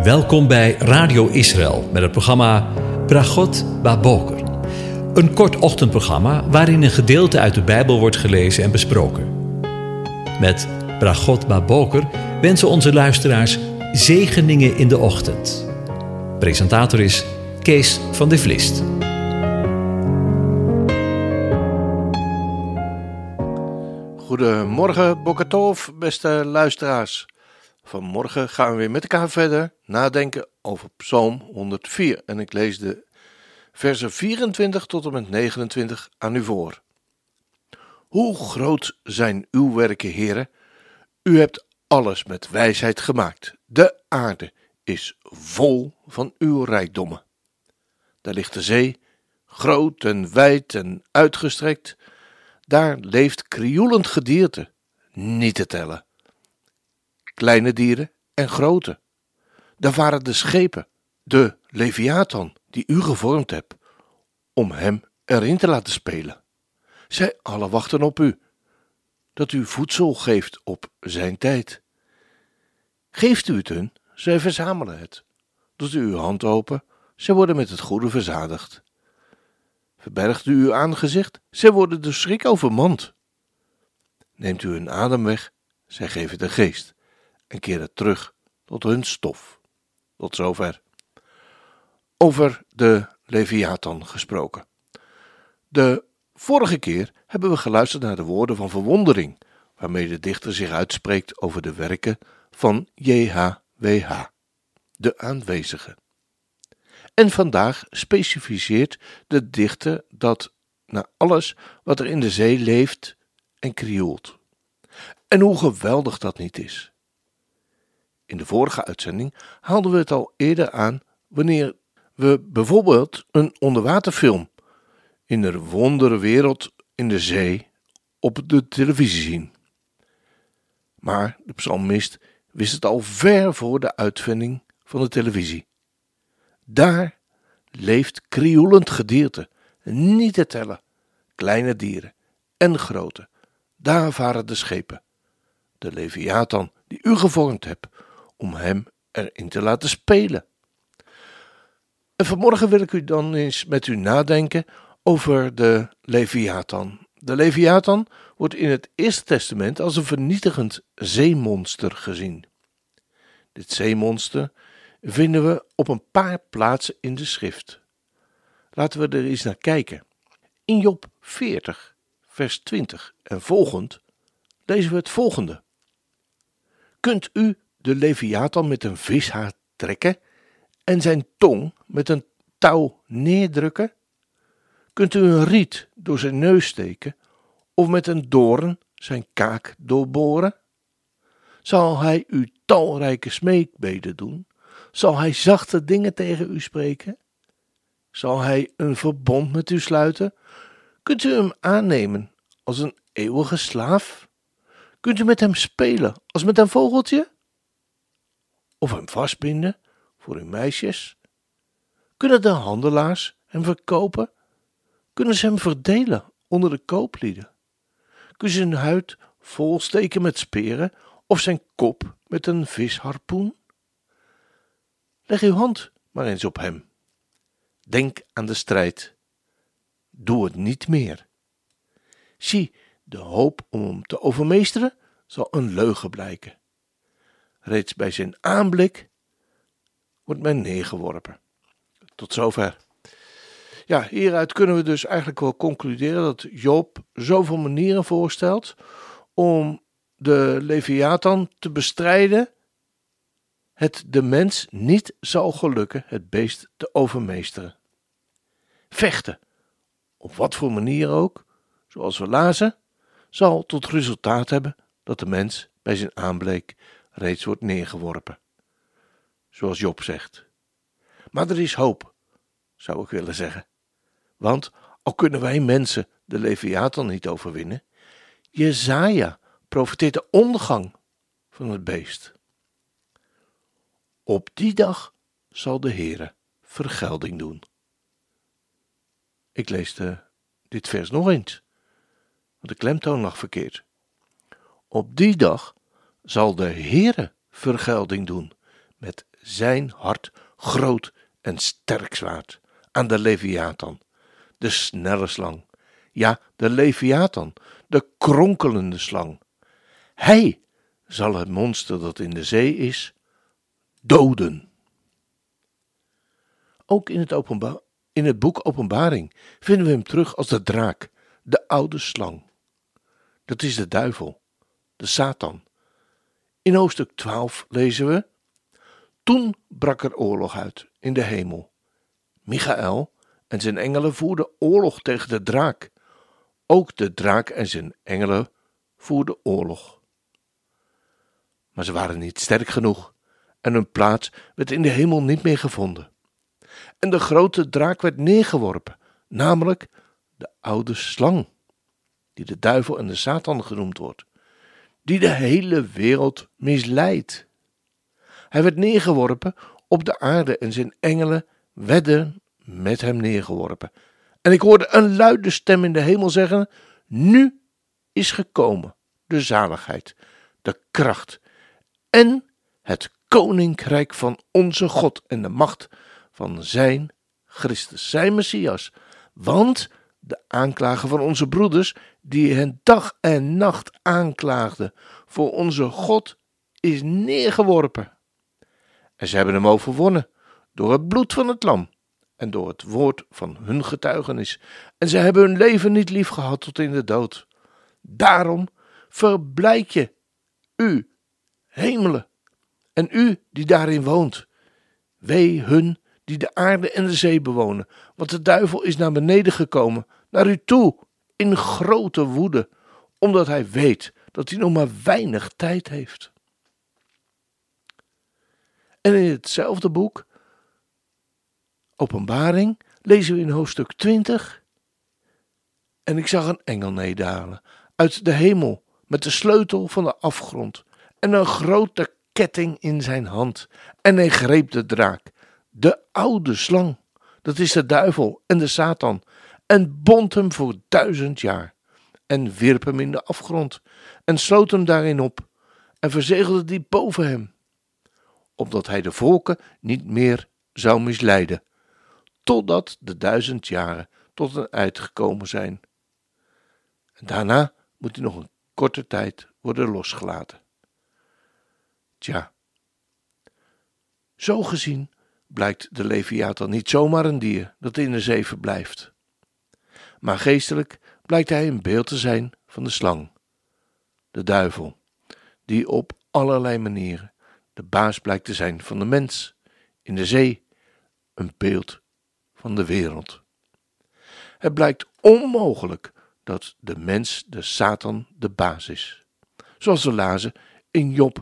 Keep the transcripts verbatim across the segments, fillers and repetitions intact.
Welkom bij Radio Israël met het programma Bragot Baboker. Een kort ochtendprogramma waarin een gedeelte uit de Bijbel wordt gelezen en besproken. Met Bragot Baboker wensen onze luisteraars zegeningen in de ochtend. Presentator is Kees van de Vlist. Goedemorgen, Boker Tov, beste luisteraars. Vanmorgen gaan we weer met elkaar verder nadenken over Psalm honderdvier. En ik lees de versen vierentwintig tot en met negenentwintig aan u voor. Hoe groot zijn uw werken, Heere? U hebt alles met wijsheid gemaakt. De aarde is vol van uw rijkdommen. Daar ligt de zee, groot en wijd en uitgestrekt. Daar leeft krioelend gedierte, niet te tellen. Kleine dieren en grote. Daar varen de schepen, de Leviathan, die u gevormd hebt, om hem erin te laten spelen. Zij alle wachten op u, dat u voedsel geeft op zijn tijd. Geeft u het hun, zij verzamelen het. Doet u uw hand open, zij worden met het goede verzadigd. Verbergt u uw aangezicht, zij worden de schrik overmand. Neemt u hun adem weg, zij geven de geest en keren terug tot hun stof. Tot zover. Over de Leviathan gesproken. De vorige keer hebben we geluisterd naar de woorden van verwondering, waarmee de dichter zich uitspreekt over de werken van J H W H, de aanwezige. En vandaag specificeert de dichter dat naar alles wat er in de zee leeft en krioelt. En hoe geweldig dat niet is. In de vorige uitzending haalden we het al eerder aan wanneer we bijvoorbeeld een onderwaterfilm in de wondere wereld in de zee op de televisie zien. Maar de psalmist wist het al ver voor de uitvinding van de televisie. Daar leeft krioelend gedierte, niet te tellen, kleine dieren en grote. Daar varen de schepen, de Leviathan die u gevormd hebt, om hem erin te laten spelen. En vanmorgen wil ik u dan eens met u nadenken over de Leviathan. De Leviathan wordt in het Eerste Testament als een vernietigend zeemonster gezien. Dit zeemonster vinden we op een paar plaatsen in de schrift. Laten we er eens naar kijken. In Job veertig, vers twintig en volgend lezen we het volgende. Kunt u de Leviathan met een vishaar trekken en zijn tong met een touw neerdrukken? Kunt u een riet door zijn neus steken of met een doorn zijn kaak doorboren? Zal hij u talrijke smeekbeden doen? Zal hij zachte dingen tegen u spreken? Zal hij een verbond met u sluiten? Kunt u hem aannemen als een eeuwige slaaf? Kunt u met hem spelen als met een vogeltje? Of hem vastbinden voor uw meisjes? Kunnen de handelaars hem verkopen? Kunnen ze hem verdelen onder de kooplieden? Kunnen ze hun huid volsteken met speren of zijn kop met een visharpoen? Leg uw hand maar eens op hem. Denk aan de strijd. Doe het niet meer. Zie, de hoop om hem te overmeesteren zal een leugen blijken. Reeds bij zijn aanblik wordt men neergeworpen. Tot zover. Ja, hieruit kunnen we dus eigenlijk wel concluderen dat Job zoveel manieren voorstelt om de Leviathan te bestrijden. Het de mens niet zal gelukken het beest te overmeesteren. Vechten, op wat voor manier ook, zoals we lazen, zal tot resultaat hebben dat de mens bij zijn aanblik reeds wordt neergeworpen. Zoals Job zegt. Maar er is hoop, zou ik willen zeggen. Want al kunnen wij mensen de Leviathan niet overwinnen, Jesaja profeteert de ondergang van het beest. Op die dag zal de Heere vergelding doen. Ik lees de, dit vers nog eens, want de klemtoon lag verkeerd. Op die dag zal de Heere vergelding doen met zijn hart groot en sterk zwaard aan de Leviathan, de snelle slang. Ja, de Leviathan, de kronkelende slang. Hij zal het monster dat in de zee is, doden. Ook in het, openba- in het boek Openbaring vinden we hem terug als de draak, de oude slang. Dat is de duivel, de Satan. In hoofdstuk twaalf lezen we: Toen brak er oorlog uit in de hemel. Michaël en zijn engelen voerden oorlog tegen de draak. Ook de draak en zijn engelen voerden oorlog. Maar ze waren niet sterk genoeg en hun plaats werd in de hemel niet meer gevonden. En de grote draak werd neergeworpen, namelijk de oude slang, die de duivel en de Satan genoemd wordt, die de hele wereld misleidt. Hij werd neergeworpen op de aarde en zijn engelen werden met hem neergeworpen. En ik hoorde een luide stem in de hemel zeggen: Nu is gekomen de zaligheid, de kracht en het koninkrijk van onze God en de macht van zijn Christus, zijn Messias. Want de aanklager van onze broeders, die hen dag en nacht aanklaagde voor onze God, is neergeworpen. En ze hebben hem overwonnen door het bloed van het lam en door het woord van hun getuigenis. En ze hebben hun leven niet lief gehad tot in de dood. Daarom verblijd je, u, hemelen, en u die daarin woont. Wee hun die de aarde en de zee bewonen, want de duivel is naar beneden gekomen, naar u toe, in grote woede, omdat hij weet dat hij nog maar weinig tijd heeft. En in hetzelfde boek, Openbaring, lezen we in hoofdstuk twintig: En ik zag een engel neerdalen uit de hemel met de sleutel van de afgrond en een grote ketting in zijn hand. En hij greep de draak, de oude slang, dat is de duivel en de Satan, en bond hem voor duizend jaar en wierp hem in de afgrond en sloot hem daarin op en verzegelde die boven hem, opdat hij de volken niet meer zou misleiden, totdat de duizend jaren tot een eind gekomen zijn. En daarna moet hij nog een korte tijd worden losgelaten. Tja, zo gezien blijkt de Leviathan niet zomaar een dier dat in de zee verblijft, maar geestelijk blijkt hij een beeld te zijn van de slang, de duivel, die op allerlei manieren de baas blijkt te zijn van de mens, in de zee, een beeld van de wereld. Het blijkt onmogelijk dat de mens, de Satan, de baas is, zoals we lazen in Job.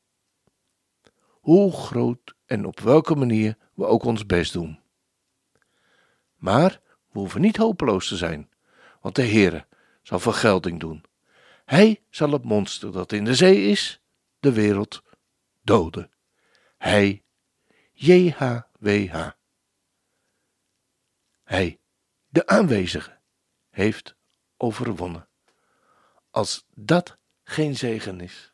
Hoe groot en op welke manier we ook ons best doen. Maar we hoeven niet hopeloos te zijn, want de Heere zal vergelding doen. Hij zal het monster dat in de zee is, de wereld, doden. Hij, J H W H. Hij, de aanwezige, heeft overwonnen. Als dat geen zegen is.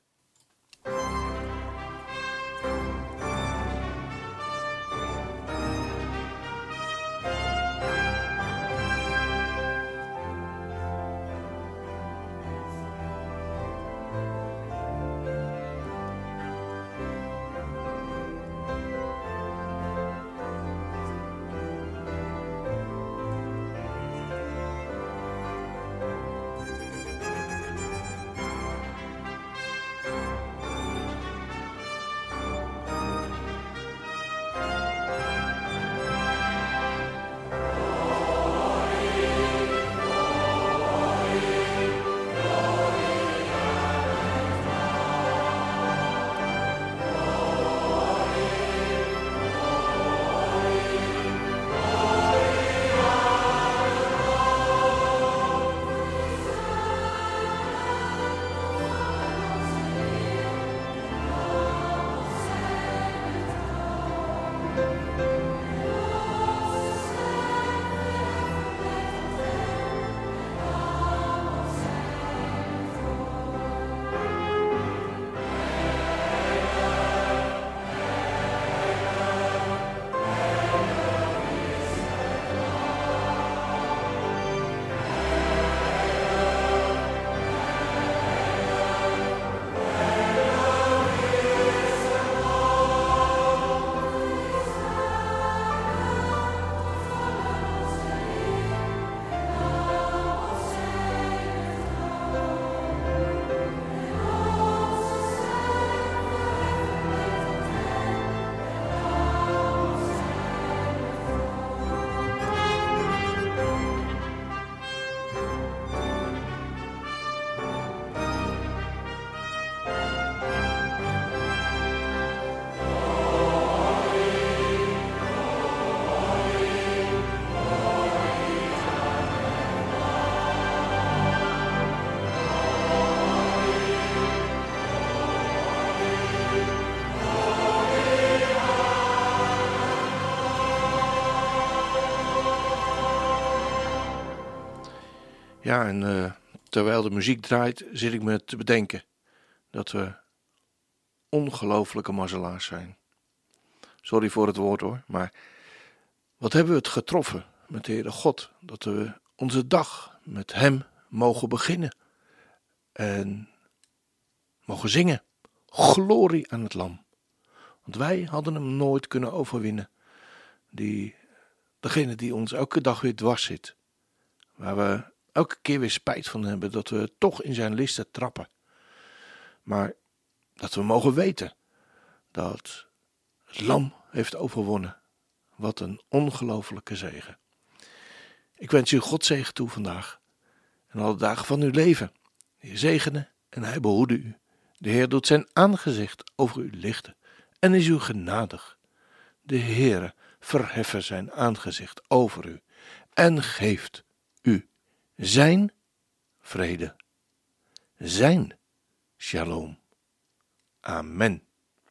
Ja, en uh, terwijl de muziek draait, zit ik me te bedenken dat we ongelofelijke mazzelaars zijn. Sorry voor het woord hoor, maar wat hebben we het getroffen met de Heere God, dat we onze dag met Hem mogen beginnen en mogen zingen. Glorie aan het Lam. Want wij hadden hem nooit kunnen overwinnen. Die, degene die ons elke dag weer dwars zit. Waar we elke keer weer spijt van hebben dat we toch in zijn listen trappen. Maar dat we mogen weten dat het Lam heeft overwonnen. Wat een ongelofelijke zegen. Ik wens u God zegen toe vandaag. En alle dagen van uw leven. De Heer zegene en hij behoede u. De Heer doet zijn aangezicht over u lichten en is u genadig. De Heere verheffen zijn aangezicht over u en geeft u zijn vrede, zijn shalom. Amen.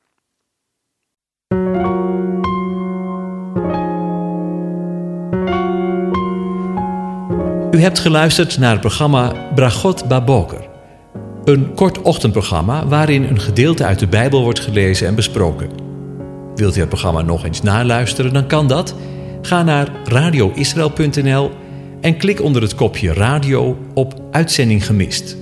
U hebt geluisterd naar het programma Bragot Baboker. Een kort ochtendprogramma waarin een gedeelte uit de Bijbel wordt gelezen en besproken. Wilt u het programma nog eens naluisteren, dan kan dat. Ga naar radio israël punt n l en klik onder het kopje radio op Uitzending gemist.